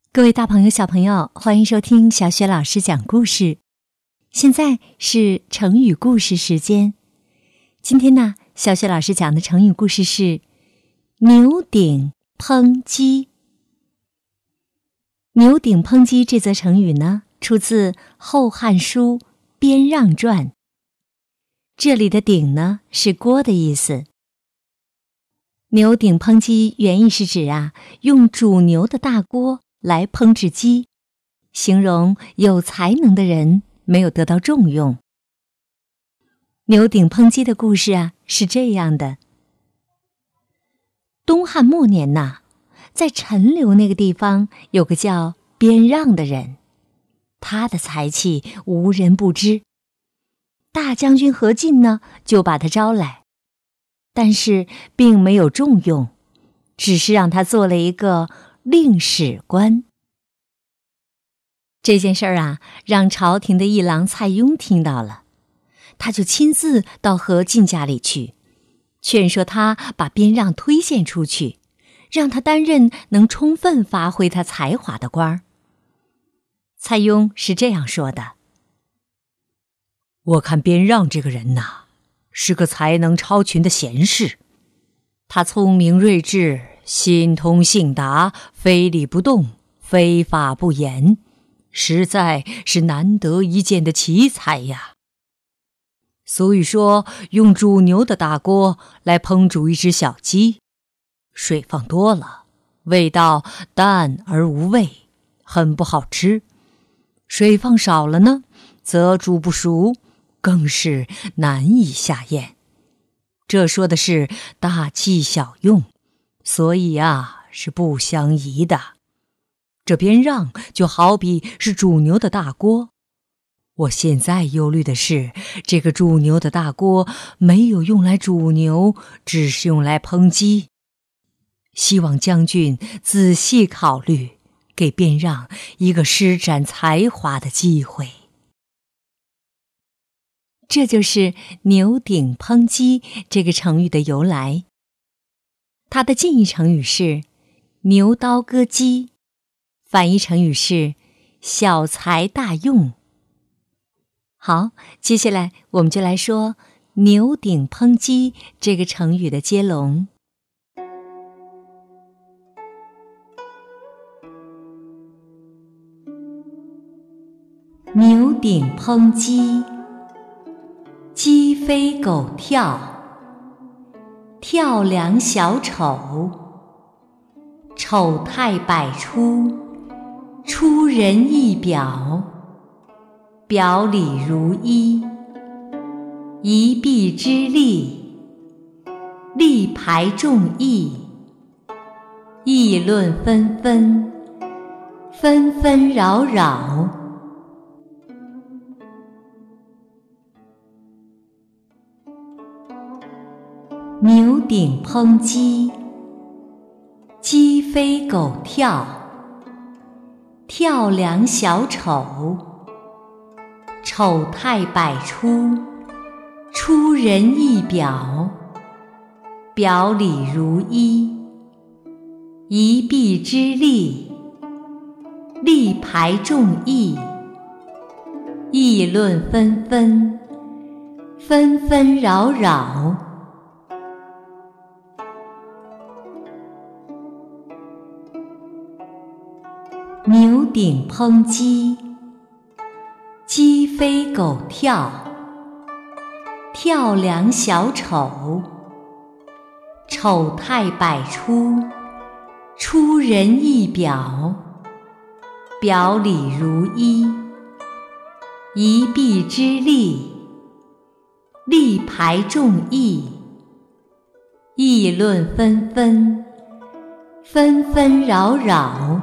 各位大朋友小朋友，欢迎收听小雪老师讲故事。现在是成语故事时间。今天呢，小雪老师讲的成语故事是牛顶烹鸡。牛顶烹鸡这则成语呢，出自《后汉书·边让传》。这里的顶呢，是锅的意思。牛顶烹鸡原意是指用煮牛的大锅来烹制鸡，形容有才能的人没有得到重用。牛顶烹鸡的故事是这样的：东汉末年在陈留那个地方有个叫边让的人，他的才气无人不知。大将军何进呢，就把他招来，但是并没有重用，只是让他做了一个令史官。这件事让朝廷的议郎蔡邕听到了，他就亲自到何进家里去，劝说他把边让推荐出去，让他担任能充分发挥他才华的官儿。蔡邕是这样说的： 我看边让这个人是个才能超群的贤士，他聪明睿智，心通性达，非礼不动，非法不言，实在是难得一见的奇才呀。俗语说，用煮牛的大锅来烹煮一只小鸡，水放多了，味道淡而无味，很不好吃；水放少了呢，则煮不熟，更是难以下咽。这说的是大器小用，所以是不相宜的。这边让就好比是煮牛的大锅，我现在忧虑的是，这个煮牛的大锅没有用来煮牛，只是用来烹鸡。希望将军仔细考虑，给边让一个施展才华的机会。 这就是牛顶烹鸡这个成语的由来。它的近义成语是牛刀割鸡，反义成语是小才大用。好，接下来我们就来说牛顶烹鸡这个成语的接龙。牛顶烹鸡，鸡飞狗跳，跳梁小丑，丑态百出，出人意表，表里如一，一臂之力，力排众议，议论纷纷，纷纷扰扰。牛顶烹鸡，鸡飞狗跳，跳梁小丑，丑态百出，出人意表，表里如一，一臂之力，力排众议，议论纷纷，纷纷扰扰。牛顶烹鸡，鸡飞狗跳，跳梁小丑，丑态百出，出人意表，表里如一，一臂之力，力排众议，议论纷纷，纷纷扰扰。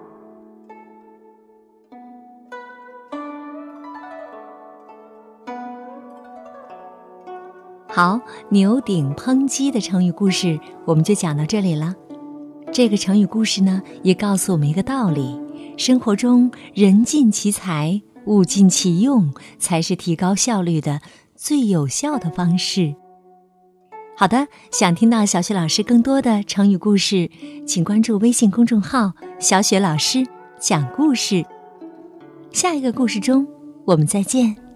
好，牛顶烹鸡的成语故事我们就讲到这里了。这个成语故事呢，也告诉我们一个道理：生活中人尽其才，物尽其用，才是提高效率的最有效的方式。好的，想听到小雪老师更多的成语故事，请关注微信公众号小雪老师讲故事。下一个故事中，我们再见。